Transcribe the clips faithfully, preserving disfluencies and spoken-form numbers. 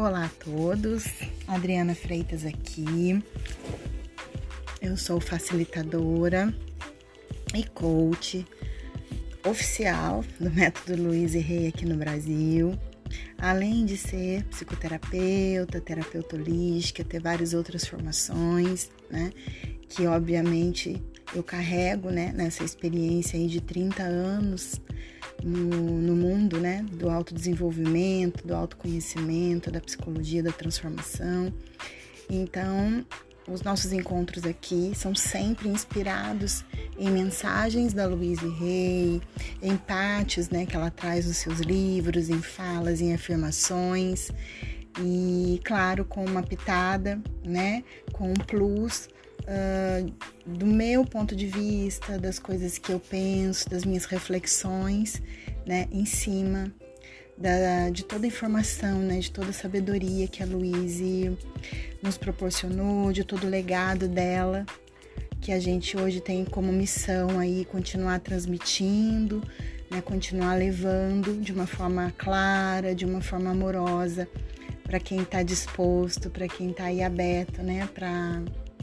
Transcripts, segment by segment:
Olá a todos, Adriana Freitas aqui, eu sou facilitadora e coach oficial do Método Louise Hay aqui no Brasil, além de ser psicoterapeuta, terapeuta holística, ter várias outras formações, né, que obviamente eu carrego, né, nessa experiência aí de trinta anos No, no mundo, né, do autodesenvolvimento, do autoconhecimento, da psicologia, da transformação. Então, os nossos encontros aqui são sempre inspirados em mensagens da Louise Hay, em partes, né, que ela traz nos seus livros, em falas, em afirmações e, claro, com uma pitada, né, com um plus Uh, do meu ponto de vista, das coisas que eu penso, das minhas reflexões, né, em cima da, de toda a informação, né, de toda a sabedoria que a Louise nos proporcionou, de todo o legado dela, que a gente hoje tem como missão aí continuar transmitindo, né, continuar levando de uma forma clara, de uma forma amorosa, para quem está disposto, para quem está aí aberto, né, para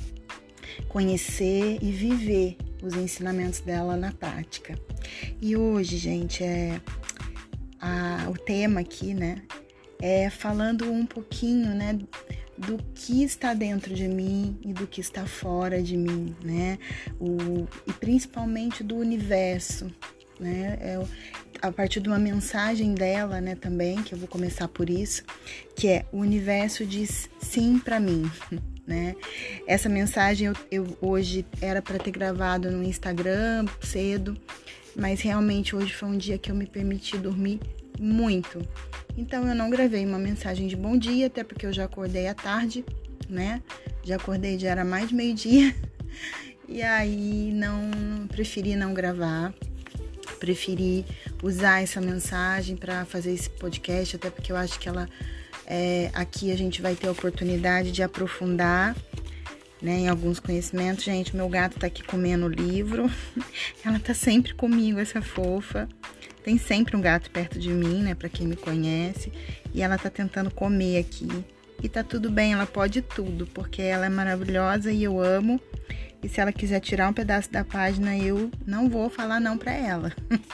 conhecer e viver os ensinamentos dela na prática. E hoje, gente, é a, o tema aqui, né, é falando um pouquinho, né, do que está dentro de mim e do que está fora de mim, né, o, e principalmente do universo, né, é, a partir de uma mensagem dela, né, também, que eu vou começar por isso, que é: o universo diz sim para mim. Né? Essa mensagem eu, eu hoje era para ter gravado no Instagram cedo, mas realmente hoje foi um dia que eu me permiti dormir muito. Então eu não gravei uma mensagem de bom dia, até porque eu já acordei à tarde, né? Já acordei, já era mais de meio-dia. E aí não preferi não gravar. Preferi usar essa mensagem para fazer esse podcast, até porque eu acho que ela É, aqui a gente vai ter a oportunidade de aprofundar, né, em alguns conhecimentos. Gente, meu gato tá aqui comendo o livro. Ela tá sempre comigo, essa fofa. Tem sempre um gato perto de mim, né, pra quem me conhece. E ela tá tentando comer aqui. E tá tudo bem, ela pode tudo, porque ela é maravilhosa e eu amo. E se ela quiser tirar um pedaço da página, eu não vou falar não pra ela.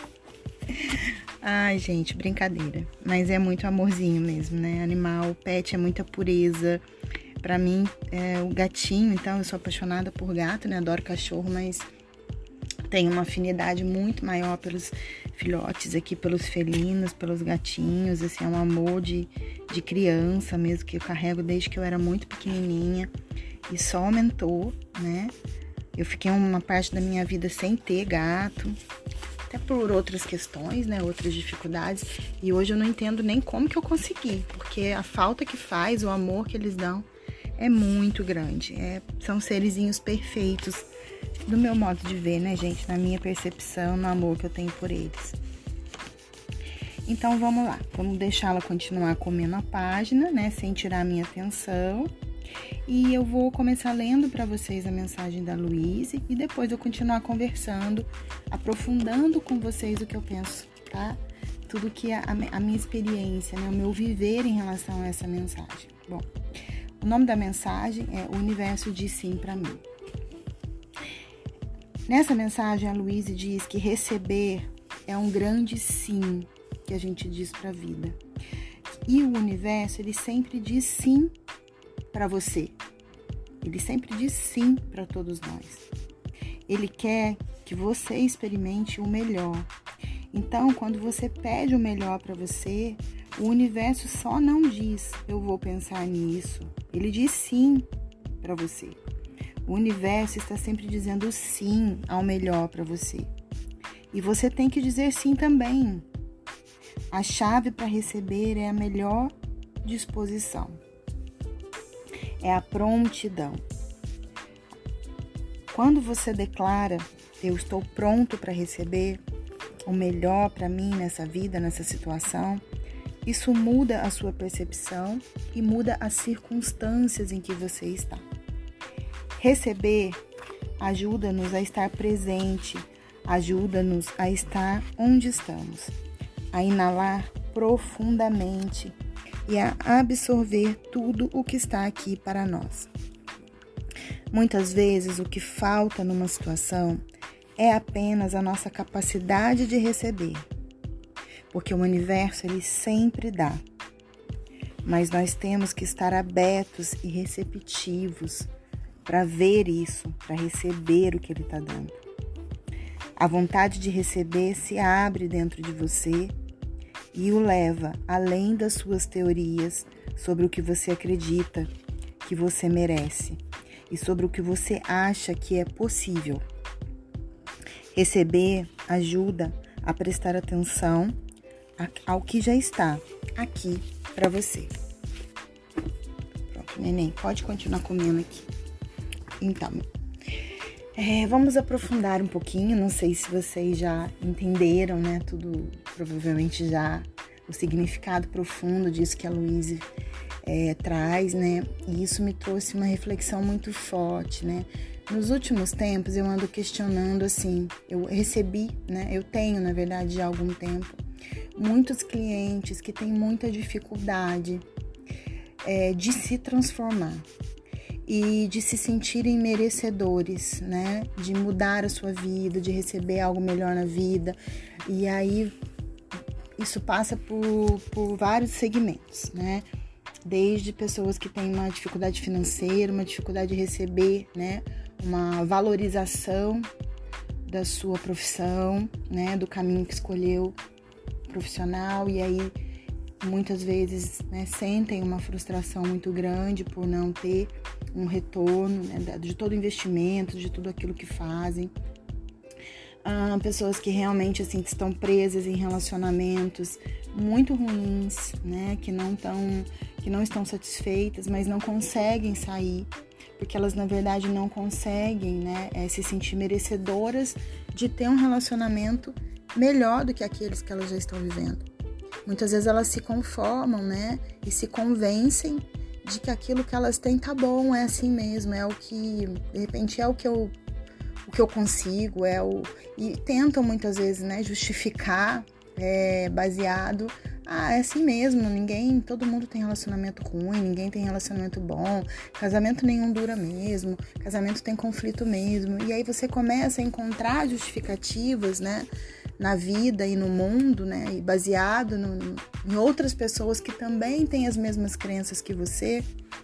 Ai, gente, brincadeira. Mas é muito amorzinho mesmo, né? Animal, pet é muita pureza. Pra mim, é o gatinho, então eu sou apaixonada por gato, né? Adoro cachorro, mas tenho uma afinidade muito maior pelos filhotes aqui, pelos felinos, pelos gatinhos. Assim, é um amor de, de criança mesmo, que eu carrego desde que eu era muito pequenininha. E só aumentou, né? Eu fiquei uma parte da minha vida sem ter gato, até por outras questões, né, outras dificuldades, e hoje eu não entendo nem como que eu consegui, porque a falta que faz, o amor que eles dão é muito grande, é, são serizinhos perfeitos do meu modo de ver, né, gente, na minha percepção, no amor que eu tenho por eles. Então vamos lá, vamos deixá-la continuar comendo a página, né, sem tirar a minha atenção. E eu vou começar lendo para vocês a mensagem da Louise e depois eu continuar conversando, aprofundando com vocês o que eu penso, tá? Tudo que a, a minha experiência, né? O meu viver em relação a essa mensagem. Bom, o nome da mensagem é O Universo Diz Sim para Mim. Nessa mensagem, a Louise diz que receber é um grande sim que a gente diz para a vida. E o universo, ele sempre diz sim para você. Ele sempre diz sim para todos nós. Ele quer que você experimente o melhor. Então, quando você pede o melhor para você, o universo só não diz eu vou pensar nisso. Ele diz sim para você. O universo está sempre dizendo sim ao melhor para você. E você tem que dizer sim também. A chave para receber é a melhor disposição. É a prontidão. Quando você declara, eu estou pronto para receber o melhor para mim nessa vida, nessa situação, isso muda a sua percepção e muda as circunstâncias em que você está. Receber ajuda-nos a estar presente, ajuda-nos a estar onde estamos, a inalar profundamente e a absorver tudo o que está aqui para nós. Muitas vezes o que falta numa situação é apenas a nossa capacidade de receber, porque o universo ele sempre dá, mas nós temos que estar abertos e receptivos para ver isso, para receber o que ele está dando. A vontade de receber se abre dentro de você e o leva além das suas teorias sobre o que você acredita que você merece e sobre o que você acha que é possível. Receber ajuda a prestar atenção ao que já está aqui para você. Pronto, neném, pode continuar comendo aqui. Então, é, vamos aprofundar um pouquinho, não sei se vocês já entenderam, né, tudo, provavelmente já, o significado profundo disso que a Louise é, traz, né, e isso me trouxe uma reflexão muito forte, né. Nos últimos tempos eu ando questionando, assim, eu recebi, né, eu tenho, na verdade, já há algum tempo, muitos clientes que têm muita dificuldade é, de se transformar e de se sentirem merecedores, né, de mudar a sua vida, de receber algo melhor na vida, e aí isso passa por, por vários segmentos, né, desde pessoas que têm uma dificuldade financeira, uma dificuldade de receber, né, uma valorização da sua profissão, né, do caminho que escolheu profissional, e aí muitas vezes, né, sentem uma frustração muito grande por não ter um retorno, né, de todo o investimento, de tudo aquilo que fazem. Ah, pessoas que realmente assim, estão presas em relacionamentos muito ruins, né, que não, tão, que não estão satisfeitas, mas não conseguem sair, porque elas, na verdade, não conseguem, né, é, se sentir merecedoras de ter um relacionamento melhor do que aqueles que elas já estão vivendo. Muitas vezes elas se conformam, né, e se convencem de que aquilo que elas têm tá bom, é assim mesmo, é o que, de repente, é o que eu, o que eu consigo, é o... E tentam muitas vezes, né, justificar, é, baseado... Ah, é assim mesmo, ninguém, todo mundo tem relacionamento ruim, ninguém tem relacionamento bom, casamento nenhum dura mesmo, casamento tem conflito mesmo, e aí você começa a encontrar justificativas, né, na vida e no mundo, né, e baseado no, em outras pessoas que também têm as mesmas crenças que você,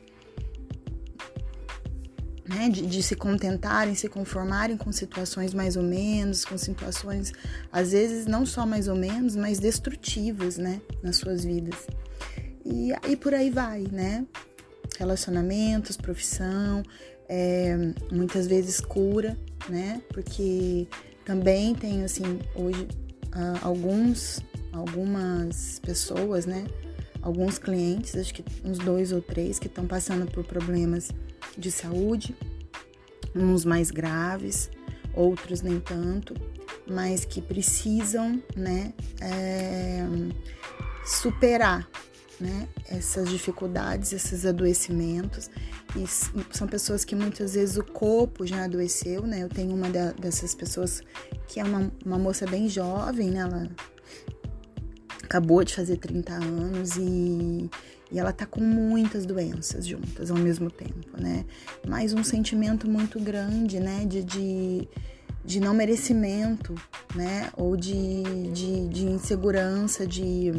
né, de, de se contentarem, se conformarem com situações mais ou menos, com situações, às vezes, não só mais ou menos, mas destrutivas, né, nas suas vidas. E, e por aí vai, né? Relacionamentos, profissão, é, muitas vezes cura, né? Porque também tem, assim, hoje, alguns, algumas pessoas, né? Alguns clientes, acho que uns dois ou três, que estão passando por problemas de saúde, uns mais graves, outros nem tanto, mas que precisam, né, é, superar, né, essas dificuldades, esses adoecimentos, e são pessoas que muitas vezes o corpo já adoeceu, né, eu tenho uma da, dessas pessoas que é uma, uma moça bem jovem, né, ela acabou de fazer trinta anos e, e ela tá com muitas doenças juntas ao mesmo tempo, né? Mais um sentimento muito grande, né? De, de, de não merecimento, né? Ou de, de, de insegurança, de,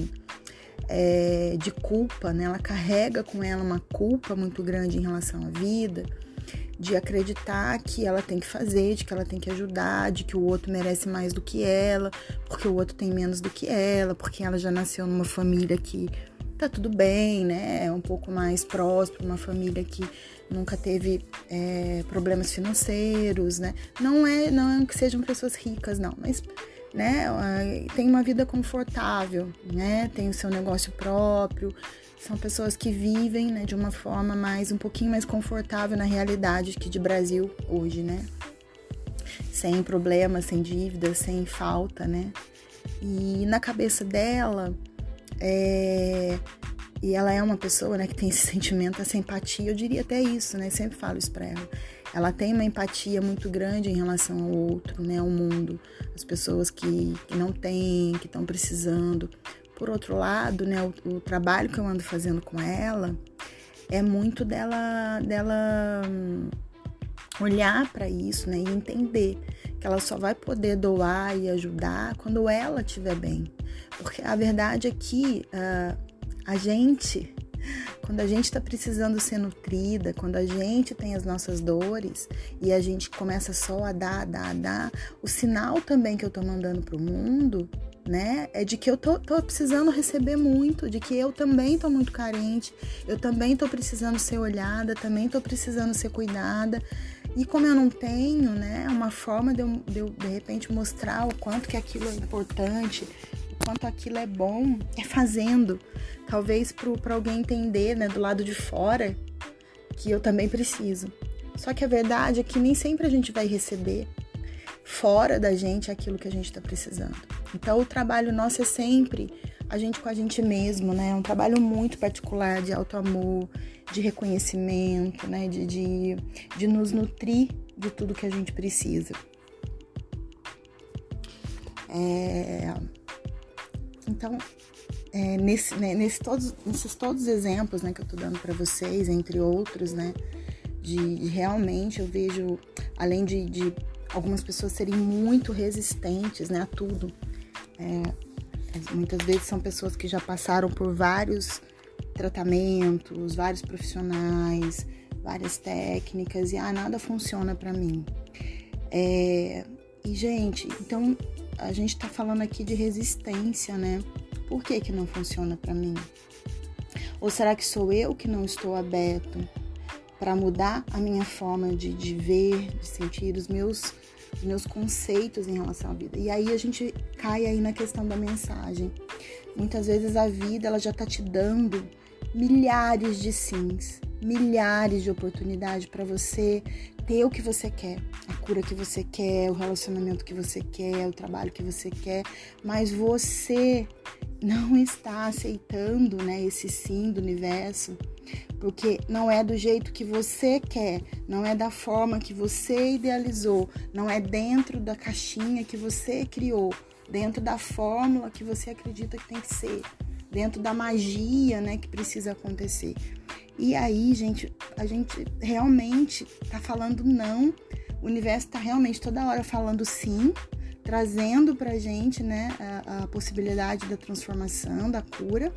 é, de culpa, né? Ela carrega com ela uma culpa muito grande em relação à vida, de acreditar que ela tem que fazer, de que ela tem que ajudar, de que o outro merece mais do que ela, porque o outro tem menos do que ela, porque ela já nasceu numa família que tá tudo bem, né? É um pouco mais próspera, uma família que nunca teve é, problemas financeiros, né? Não é, não é que sejam pessoas ricas, não, mas, né? Tem uma vida confortável, né? Tem o seu negócio próprio. São pessoas que vivem, né, de uma forma mais, um pouquinho mais confortável na realidade que de Brasil hoje, né? Sem problemas, sem dívidas, sem falta, né? E na cabeça dela, é... e ela é uma pessoa, né, que tem esse sentimento, essa empatia, eu diria até isso, né? Sempre falo isso pra ela. Ela tem uma empatia muito grande em relação ao outro, né, ao mundo, as pessoas que, que não têm, que estão precisando. por outro lado, né, o, o trabalho que eu ando fazendo com ela é muito dela, dela olhar para isso, né, e entender que ela só vai poder doar e ajudar quando ela estiver bem. Porque a verdade é que uh, a gente, quando a gente está precisando ser nutrida, quando a gente tem as nossas dores e a gente começa só a dar, dar, dar, o sinal também que eu tô mandando pro mundo, né, é de que eu tô, tô precisando receber muito, de que eu também tô muito carente, eu também tô precisando ser olhada, também tô precisando ser cuidada. E como eu não tenho, né, uma forma de eu, de eu, de repente, mostrar o quanto que aquilo é importante, o quanto aquilo é bom, é fazendo. Talvez para alguém entender, né, do lado de fora, que eu também preciso. Só que a verdade é que nem sempre a gente vai receber fora da gente aquilo que a gente está precisando. Então, o trabalho nosso é sempre a gente com a gente mesmo, né? É um trabalho muito particular de autoamor, de reconhecimento, né? De, de, de nos nutrir de tudo que a gente precisa. É... Então, é, nesse, né, nesse todos, nesses todos os exemplos, né, que eu tô dando para vocês, entre outros, né? De, de realmente eu vejo, além de, de algumas pessoas serem muito resistentes, né, a tudo. É, muitas vezes são pessoas que já passaram por vários tratamentos, vários profissionais, várias técnicas e ah, nada funciona para mim. É, e, gente, então a gente tá falando aqui de resistência, né? Por que que não funciona para mim? Ou será que sou eu que não estou aberto para mudar a minha forma de, de ver, de sentir os meus, os meus conceitos em relação à vida? E aí a gente cai aí na questão da mensagem. Muitas vezes a vida ela já tá te dando milhares de sims, milhares de oportunidades para você ter o que você quer, a cura que você quer, o relacionamento que você quer, o trabalho que você quer, mas você não está aceitando, né, esse sim do universo, porque não é do jeito que você quer, não é da forma que você idealizou, não é dentro da caixinha que você criou, dentro da fórmula que você acredita que tem que ser, dentro da magia, né, que precisa acontecer. E aí, gente, a gente realmente tá falando não, o universo tá realmente toda hora falando sim, trazendo pra gente, né, a, a possibilidade da transformação, da cura.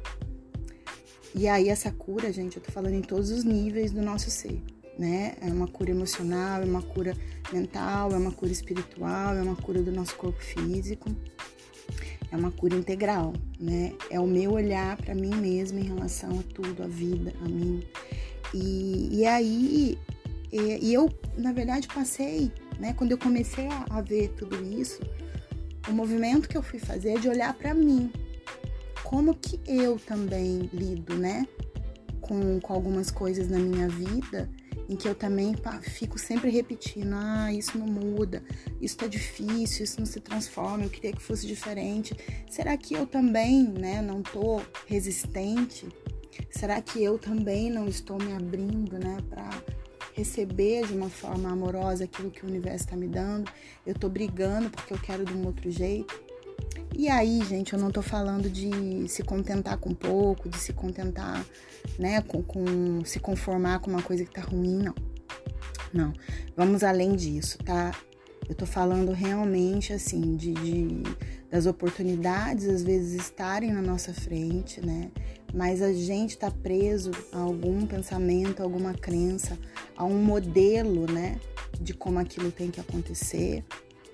E aí essa cura, gente, eu tô falando em todos os níveis do nosso ser, né? É uma cura emocional, é uma cura mental, é uma cura espiritual, é uma cura do nosso corpo físico. É uma cura integral, né? É o meu olhar para mim mesma em relação a tudo, a vida, a mim. E, e aí, e, e eu, na verdade, passei, né? Quando eu comecei a, a ver tudo isso, o movimento que eu fui fazer é de olhar para mim. Como que eu também lido, né? Com, com algumas coisas na minha vida, em que eu também fico sempre repetindo, ah, isso não muda, isso tá difícil, isso não se transforma, eu queria que fosse diferente. Será que eu também, né, não tô resistente? Será que eu também não estou me abrindo, né, para receber de uma forma amorosa aquilo que o universo tá me dando? Eu tô brigando porque eu quero de um outro jeito? E aí, gente, eu não tô falando de se contentar com pouco, de se contentar, né, com, com se conformar com uma coisa que tá ruim, não. Não, vamos além disso, tá? Eu tô falando realmente, assim, de, de das oportunidades, às vezes, estarem na nossa frente, né? Mas a gente tá preso a algum pensamento, a alguma crença, a um modelo, né, de como aquilo tem que acontecer.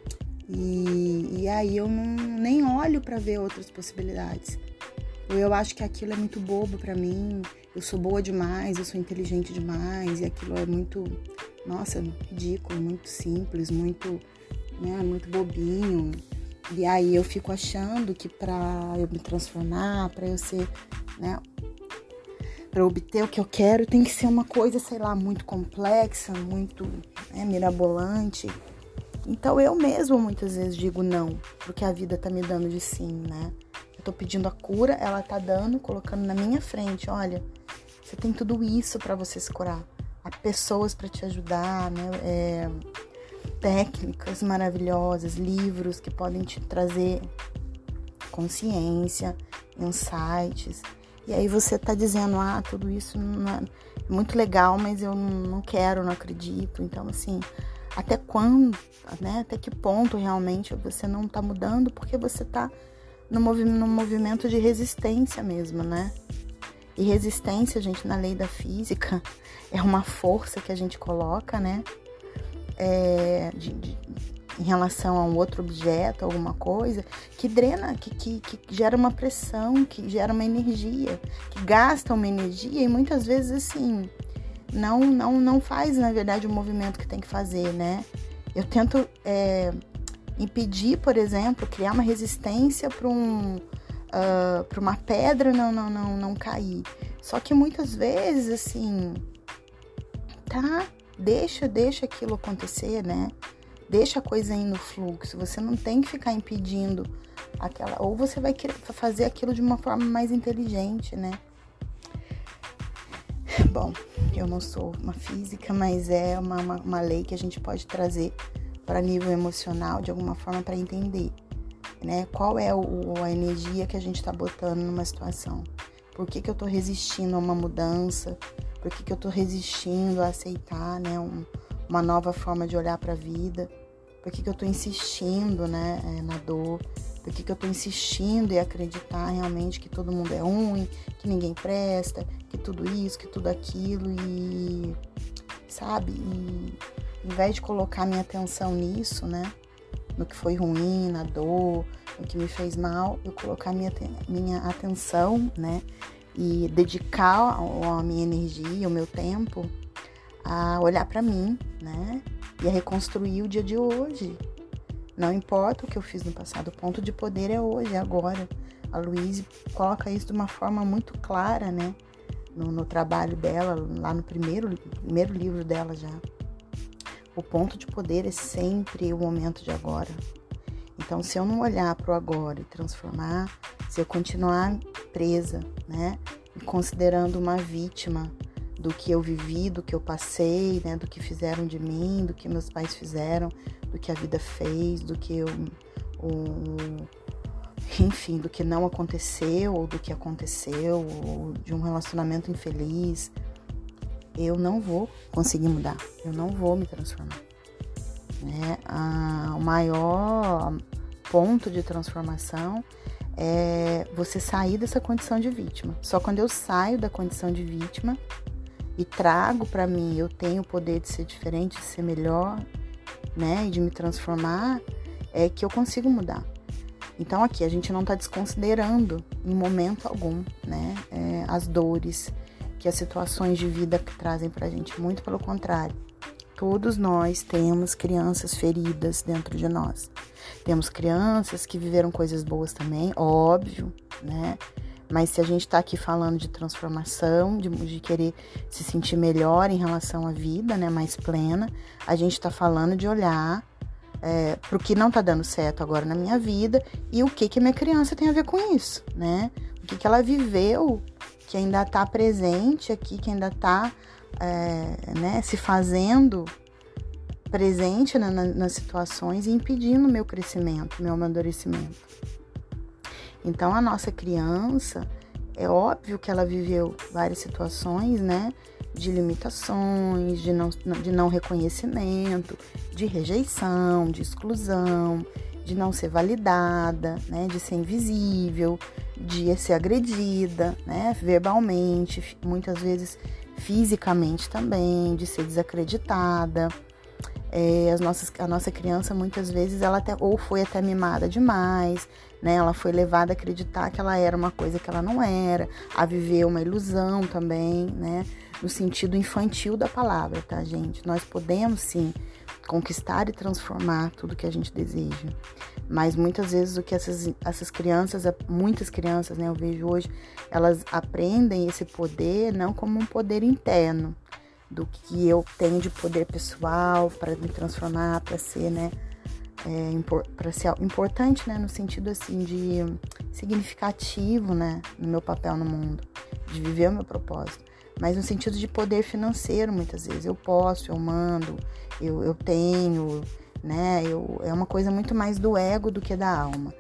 E, e aí eu não, nem olho para ver outras possibilidades. Ou eu acho que aquilo é muito bobo para mim, eu sou boa demais, eu sou inteligente demais, e aquilo é muito, nossa, ridículo, muito simples, muito, né, muito bobinho. E aí eu fico achando que para eu me transformar, para eu ser, né, para obter o que eu quero, tem que ser uma coisa, sei lá, muito complexa, muito, né, mirabolante. Então eu mesma muitas vezes digo não, porque a vida tá me dando de sim, né? Eu tô pedindo a cura, ela tá dando, colocando na minha frente, olha, você tem tudo isso pra você se curar. Há pessoas pra te ajudar, né? É, técnicas maravilhosas, livros que podem te trazer consciência insights. E aí você tá dizendo, ah, tudo isso não é muito legal, mas eu não quero, não acredito. Então, assim, até quando, né? Até que ponto realmente você não tá mudando, porque você tá no, movi- no movimento de resistência mesmo, né? E resistência, gente, na lei da física, é uma força que a gente coloca, né? É, de, de, em relação a um outro objeto, alguma coisa, que drena, que, que, que gera uma pressão, que gera uma energia, que gasta uma energia e muitas vezes, assim, não, não, não faz, na verdade, o movimento que tem que fazer, né? Eu tento é, impedir, por exemplo, criar uma resistência para um, uh, para uma pedra não, não, não, não cair. Só que muitas vezes, assim, tá, deixa, deixa aquilo acontecer, né? Deixa a coisa ir no fluxo. Você não tem que ficar impedindo aquela... Ou você vai fazer aquilo de uma forma mais inteligente, né? Bom, eu não sou uma física, mas é uma, uma, uma lei que a gente pode trazer para nível emocional, de alguma forma, para entender, né? Qual é o, a energia que a gente está botando numa situação. Por que que eu tô resistindo a uma mudança? Por que que eu tô resistindo a aceitar, né, um, uma nova forma de olhar para a vida? Por que que eu tô insistindo, né, na dor? Por que que eu tô insistindo em acreditar realmente que todo mundo é ruim, que ninguém presta, que tudo isso, que tudo aquilo e, sabe? E em vez de colocar minha atenção nisso, né, no que foi ruim, na dor, no que me fez mal, eu colocar minha, minha atenção, né, e dedicar a minha energia, o meu tempo a olhar para mim, né, e a reconstruir o dia de hoje. Não importa o que eu fiz no passado, o ponto de poder é hoje, é agora. A Louise coloca isso de uma forma muito clara, né, no, no trabalho dela, lá no primeiro, primeiro livro dela já. O ponto de poder é sempre o momento de agora. Então, se eu não olhar para o agora e transformar, se eu continuar presa, né, me considerando uma vítima do que eu vivi, do que eu passei, né, do que fizeram de mim, do que meus pais fizeram, do que a vida fez, do que eu, o, enfim, do que não aconteceu, ou do que aconteceu, ou de um relacionamento infeliz, eu não vou conseguir mudar, eu não vou me transformar, né? Ah, o maior ponto de transformação é você sair dessa condição de vítima. Só quando eu saio da condição de vítima e trago para mim, eu tenho o poder de ser diferente, de ser melhor, né, e de me transformar, é que eu consigo mudar. Então aqui a gente não está desconsiderando em momento algum, né, é, as dores que as situações de vida que trazem pra gente, muito pelo contrário. Todos nós temos crianças feridas dentro de nós. Temos crianças que viveram coisas boas também, óbvio, né? Mas se a gente tá aqui falando de transformação, de, de querer se sentir melhor em relação à vida, né, mais plena, a gente tá falando de olhar é, pro que não tá dando certo agora na minha vida e o que que a minha criança tem a ver com isso, né? O que que ela viveu, que ainda tá presente aqui, que ainda tá é, né, se fazendo presente na, na, nas situações e impedindo o meu crescimento, meu amadurecimento. Então, a nossa criança, é óbvio que ela viveu várias situações, né, de limitações, de não, de não reconhecimento, de rejeição, de exclusão, de não ser validada, né, de ser invisível, de ser agredida, né, verbalmente, muitas vezes fisicamente também, de ser desacreditada. É, as nossas, a nossa criança, muitas vezes, ela até, ou foi até mimada demais, né? Ela foi levada a acreditar que ela era uma coisa que ela não era, a viver uma ilusão também, né? No sentido infantil da palavra, tá, gente? Nós podemos, sim, conquistar e transformar tudo que a gente deseja. Mas, muitas vezes, o que essas, essas crianças, muitas crianças, né, eu vejo hoje, elas aprendem esse poder não como um poder interno, do que eu tenho de poder pessoal para me transformar, para ser, né, é, para ser importante, né, no sentido assim de significativo, né, no meu papel no mundo, de viver o meu propósito, mas no sentido de poder financeiro, muitas vezes eu posso, eu mando, eu, eu tenho, né, eu, é uma coisa muito mais do ego do que da alma.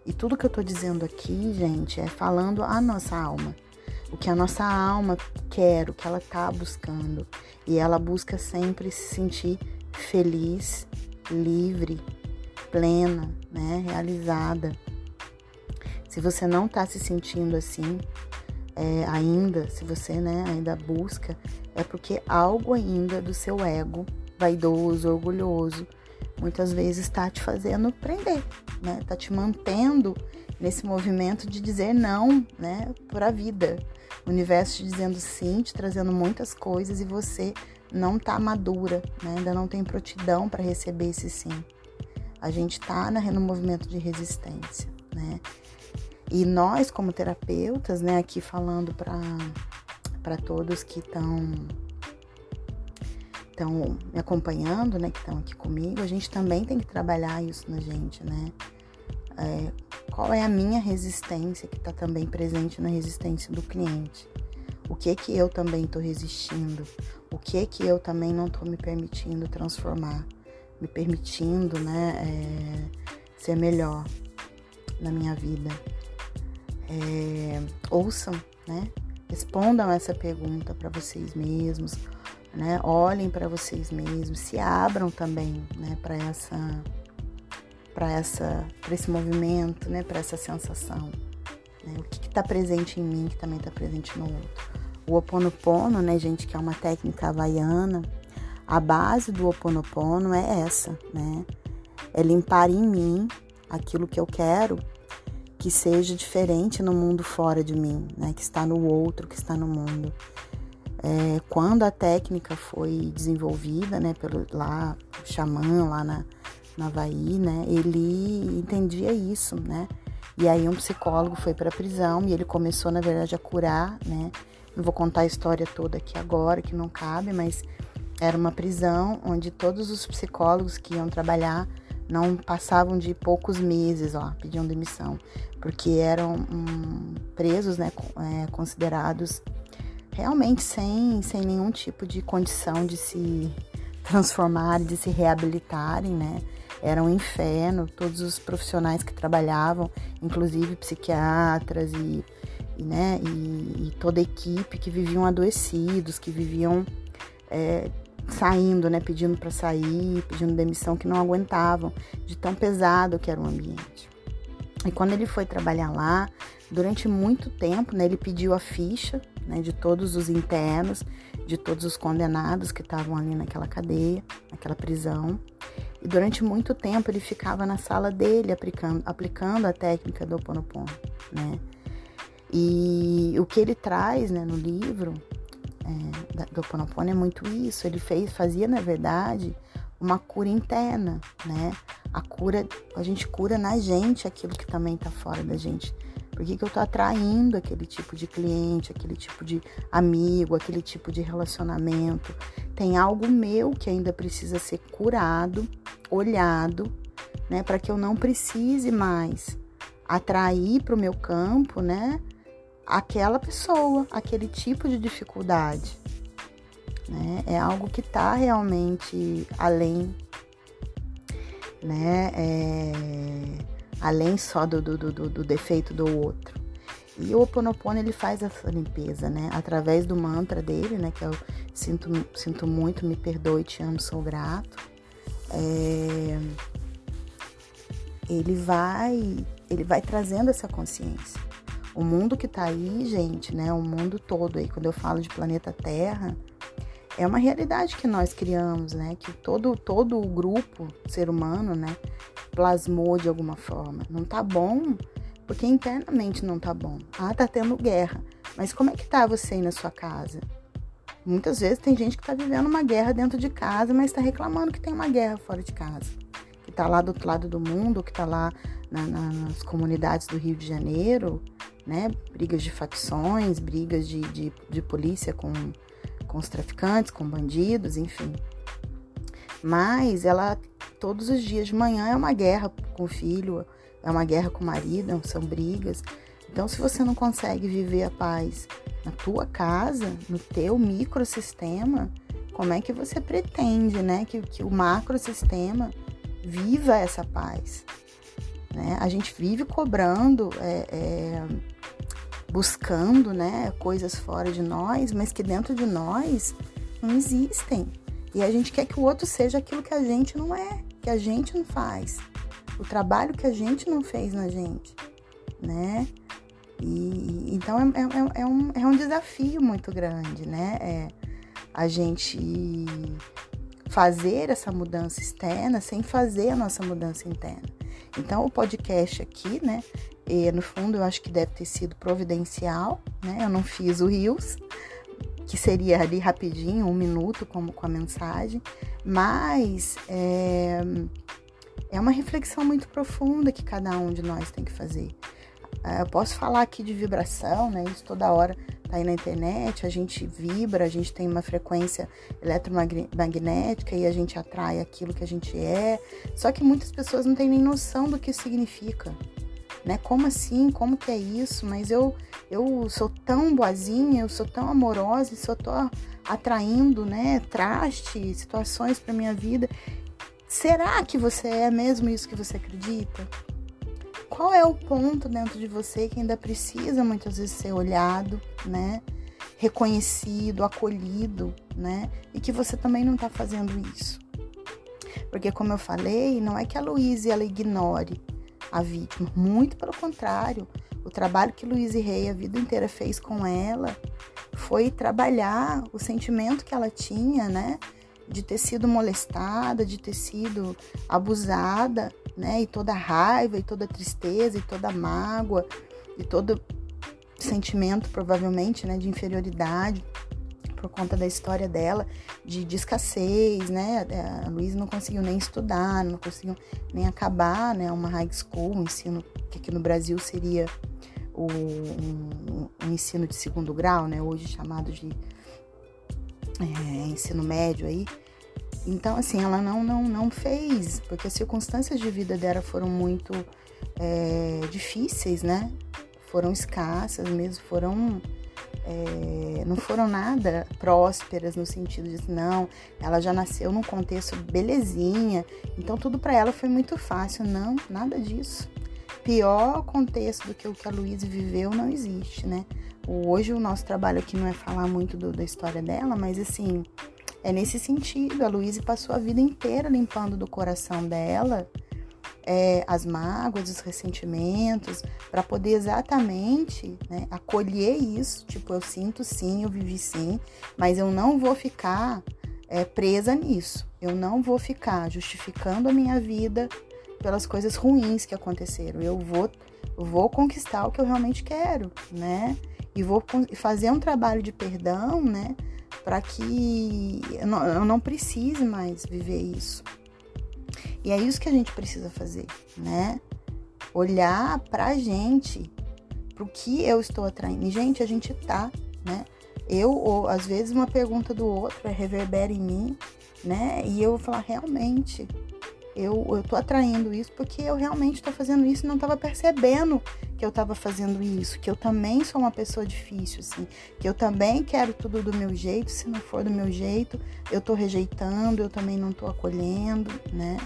E tudo que eu tô dizendo aqui, gente, é falando a nossa alma. O que a nossa alma quer, o que ela tá buscando. E ela busca sempre se sentir feliz, livre, plena, né, realizada. Se você não tá se sentindo assim, é, ainda, se você, né, ainda busca, é porque algo ainda do seu ego, vaidoso, orgulhoso, muitas vezes tá te fazendo prender, né, tá te mantendo nesse movimento de dizer não, né, para a vida. O universo te dizendo sim, te trazendo muitas coisas e você não tá madura, né, ainda não tem prontidão para receber esse sim. A gente tá no movimento de resistência, né? E nós, como terapeutas, né, aqui falando para para todos que estão estão me acompanhando, né, que estão aqui comigo, a gente também tem que trabalhar isso na gente, né? É, qual é a minha resistência que está também presente na resistência do cliente? O que que eu também estou resistindo? O que que eu também não estou me permitindo transformar? Me permitindo, né, é, ser melhor na minha vida? É, ouçam, né? Respondam essa pergunta para vocês mesmos, né? Olhem para vocês mesmos, se abram também, né, para essa para essa para esse movimento, né, para essa sensação, né? O que está presente em mim que também está presente no outro. O Ho'oponopono, né, gente, que é uma técnica havaiana, a base do Ho'oponopono é essa, né? É limpar em mim aquilo que eu quero que seja diferente no mundo fora de mim, né? Que está no outro, que está no mundo. É, quando a técnica foi desenvolvida, né, pelo lá, o xamã lá na, na Havaí, né, ele entendia isso, né? E aí um psicólogo foi para a prisão e ele começou, na verdade, a curar, né? Não vou contar a história toda aqui agora, que não cabe, mas era uma prisão onde todos os psicólogos que iam trabalhar não passavam de poucos meses, ó, pediam demissão, porque eram hum, presos, né, é, considerados realmente sem, sem nenhum tipo de condição de se transformarem, de se reabilitarem, né? Era um inferno, todos os profissionais que trabalhavam, inclusive psiquiatras e, e, né, e, e toda a equipe que viviam adoecidos, que viviam é, saindo, né, pedindo para sair, pedindo demissão, que não aguentavam de tão pesado que era o ambiente. E quando ele foi trabalhar lá, durante muito tempo, né, ele pediu a ficha, né, de todos os internos, de todos os condenados que estavam ali naquela cadeia, naquela prisão. E durante muito tempo ele ficava na sala dele aplicando, aplicando a técnica do Ho'oponopono, né? E o que ele traz, né, no livro é, do Ho'oponopono é muito isso. Ele fez, fazia, na verdade, uma cura interna, né? A cura, a gente cura na gente aquilo que também está fora da gente. Por que que eu tô atraindo aquele tipo de cliente, aquele tipo de amigo, aquele tipo de relacionamento? Tem algo meu que ainda precisa ser curado, olhado, né? Para que eu não precise mais atrair para o meu campo, né? Aquela pessoa, aquele tipo de dificuldade, né? É algo que tá realmente além, né? É... além só do, do, do, do defeito do outro. E o Ho'oponopono, ele faz essa limpeza, né? Através do mantra dele, né? Que eu sinto, sinto muito, me perdoe, te amo, sou grato. É... Ele vai, ele vai trazendo essa consciência. O mundo que tá aí, gente, né? O mundo todo aí, quando eu falo de planeta Terra, é uma realidade que nós criamos, né? Que todo, todo o grupo, ser humano, né? Plasmou de alguma forma. Não tá bom, porque internamente não tá bom. Ah, tá tendo guerra. Mas como é que tá você aí na sua casa? Muitas vezes tem gente que tá vivendo uma guerra dentro de casa, mas tá reclamando que tem uma guerra fora de casa. Que tá lá do outro lado do mundo, que tá lá na, na, nas comunidades do Rio de Janeiro, né? Brigas de facções, brigas de, de, de polícia com, com os traficantes, com bandidos, enfim. Mas ela, todos os dias de manhã, é uma guerra com o filho, é uma guerra com o marido, são brigas. Então, se você não consegue viver a paz na tua casa, no teu microsistema, como é que você pretende, né, que, que o macrosistema viva essa paz? né? A gente vive cobrando, é, é, buscando, né, coisas fora de nós, mas que dentro de nós não existem. E a gente quer que o outro seja aquilo que a gente não é, que a gente não faz. O trabalho que a gente não fez na gente, né? E, então, é, é, é, um, é um desafio muito grande, né? É a gente fazer essa mudança externa sem fazer a nossa mudança interna. Então, o podcast aqui, né? E, no fundo, eu acho que deve ter sido providencial, né? Eu não fiz o Reels, que seria ali rapidinho, um minuto como com a mensagem, mas é, é uma reflexão muito profunda que cada um de nós tem que fazer. Eu posso falar aqui de vibração, né? Isso toda hora tá aí na internet, a gente vibra, a gente tem uma frequência eletromagnética e a gente atrai aquilo que a gente é. Só que muitas pessoas não têm nem noção do que isso significa, né? Como assim? Como que é isso? Mas eu, eu sou tão boazinha, eu sou tão amorosa e só tô atraindo, né, traste, situações para minha vida. Será que você é mesmo isso que você acredita? Qual é o ponto dentro de você que ainda precisa muitas vezes ser olhado, né? Reconhecido, acolhido, né? E que você também não está fazendo isso. Porque, como eu falei, não é que a Louise ela ignore a vítima, muito pelo contrário. O trabalho que Louise Hay a vida inteira fez com ela foi trabalhar o sentimento que ela tinha, né? De ter sido molestada, de ter sido abusada, né? E toda a raiva, e toda a tristeza, e toda a mágoa, e todo sentimento, provavelmente, né? De inferioridade, por conta da história dela, de, de escassez, né? A Louise não conseguiu nem estudar, não conseguiu nem acabar, né? Uma high school, um ensino que aqui no Brasil seria o, um, um ensino de segundo grau, né? Hoje chamado de É, ensino médio aí. Então, assim, ela não, não, não fez, porque as circunstâncias de vida dela foram muito é, difíceis, né? Foram escassas mesmo, foram... É, não foram nada prósperas no sentido de, não, ela já nasceu num contexto belezinha, então tudo para ela foi muito fácil. Não, nada disso. Pior contexto do que o que a Louise viveu não existe, né? Hoje o nosso trabalho aqui não é falar muito do, da história dela, mas assim, é nesse sentido. A Louise passou a vida inteira limpando do coração dela é, as mágoas, os ressentimentos, para poder exatamente, né, acolher isso. Tipo, eu sinto sim, eu vivi sim, mas eu não vou ficar é, presa nisso. Eu não vou ficar justificando a minha vida pelas coisas ruins que aconteceram. Eu vou, eu vou conquistar o que eu realmente quero, né? E vou fazer um trabalho de perdão, né? Para que eu não, eu não precise mais viver isso. E é isso que a gente precisa fazer, né? Olhar pra gente, pro que eu estou atraindo. E, gente, a gente tá, né? Eu, ou, às vezes, uma pergunta do outro é reverbera em mim, né? E eu vou falar, realmente, eu, eu tô atraindo isso porque eu realmente tô fazendo isso e não tava percebendo que eu tava fazendo isso, que eu também sou uma pessoa difícil, assim, que eu também quero tudo do meu jeito, se não for do meu jeito, eu tô rejeitando, eu também não tô acolhendo, né?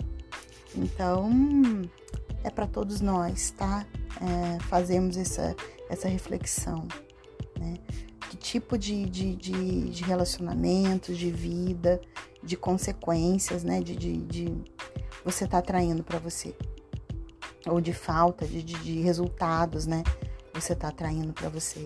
Então, é para todos nós, tá? É, fazermos essa, essa reflexão, né? Que tipo de, de, de, de relacionamentos, de vida, de consequências, né? De, de, de você tá atraindo para você. Ou de falta de, de, de resultados, né? Você tá atraindo para você.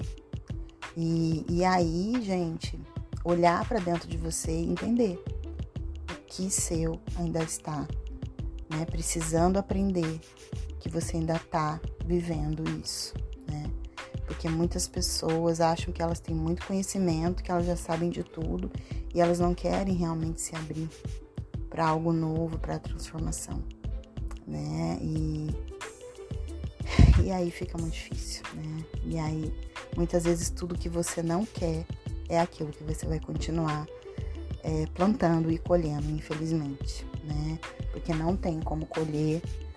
E, e aí, gente, olhar para dentro de você e entender o que seu ainda está, né? Precisando aprender que você ainda tá vivendo isso, né? Porque muitas pessoas acham que elas têm muito conhecimento, que elas já sabem de tudo e elas não querem realmente se abrir para algo novo, para a transformação, né? E, e aí fica muito difícil, né? E aí, muitas vezes, tudo que você não quer é aquilo que você vai continuar é, plantando e colhendo, infelizmente, né? Porque não tem como colher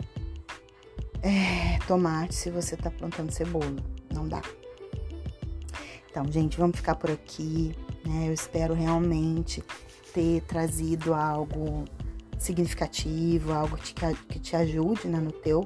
é, tomate se você tá plantando cebola. Não dá. Então, gente, vamos ficar por aqui, né? Eu espero realmente ter trazido algo significativo, algo que te, que te ajude, né, no teu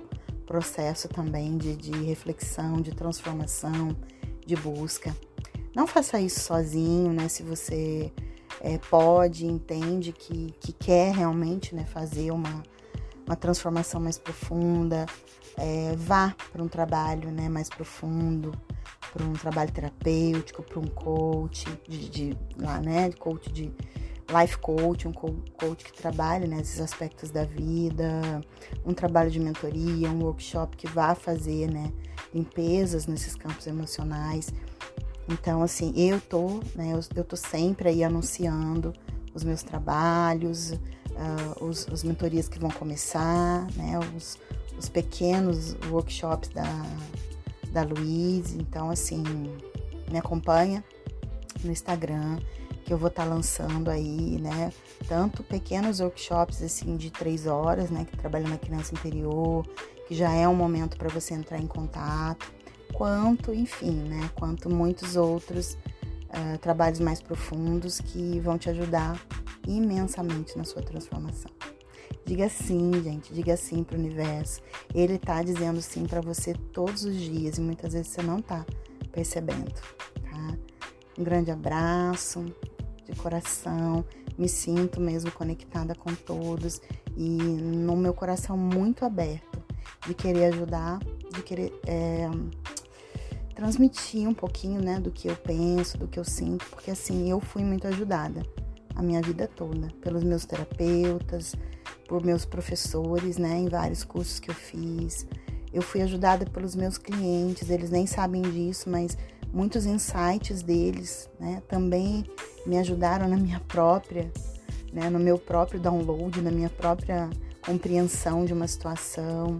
processo também de, de reflexão, de transformação, de busca. Não faça isso sozinho, né? Se você é, pode, entende que, que quer realmente, né, fazer uma, uma transformação mais profunda, é, vá para um trabalho, né, mais profundo, para um trabalho terapêutico, para um coach, de, de, lá, né, de coach de life coach, um coach que trabalha, né, esses aspectos da vida, um trabalho de mentoria, um workshop que vá fazer, né, limpezas nesses campos emocionais. Então, assim, eu tô, né, eu, eu tô sempre aí anunciando os meus trabalhos, uh, os, os mentorias que vão começar, né, os, os pequenos workshops da, da Luiz. Então, assim, me acompanha no Instagram, que eu vou estar tá lançando aí, né, tanto pequenos workshops, assim, de três horas, né, que trabalha na criança interior, que já é um momento para você entrar em contato, quanto, enfim, né, quanto muitos outros uh, trabalhos mais profundos que vão te ajudar imensamente na sua transformação. Diga sim, gente, diga sim pro universo. Ele tá dizendo sim para você todos os dias e muitas vezes você não tá percebendo, tá? Um grande abraço de coração, me sinto mesmo conectada com todos e no meu coração muito aberto de querer ajudar, de querer é, transmitir um pouquinho, né, do que eu penso, do que eu sinto, porque assim, eu fui muito ajudada a minha vida toda, pelos meus terapeutas, por meus professores, né, em vários cursos que eu fiz. Eu fui ajudada pelos meus clientes, eles nem sabem disso, mas muitos insights deles, né, também me ajudaram na minha própria, né, no meu próprio download, na minha própria compreensão de uma situação.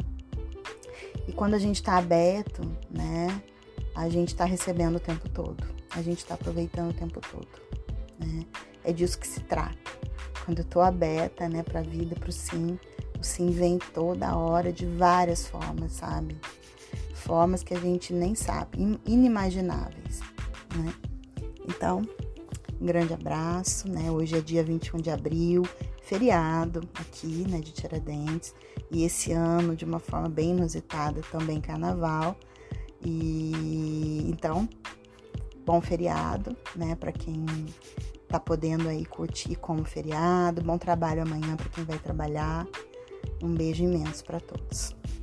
E quando a gente está aberto, né, a gente está recebendo o tempo todo, a gente está aproveitando o tempo todo, né? É disso que se trata. Quando eu tô aberta, né, pra vida, pro sim, o sim vem toda hora de várias formas, sabe? Formas que a gente nem sabe, inimagináveis, né? Então, um grande abraço, né? Hoje é dia vinte e um de abril, feriado aqui, né, de Tiradentes, e esse ano, de uma forma bem inusitada, também carnaval. E então, bom feriado, né, para quem tá podendo aí curtir como feriado. Bom trabalho amanhã para quem vai trabalhar. Um beijo imenso para todos.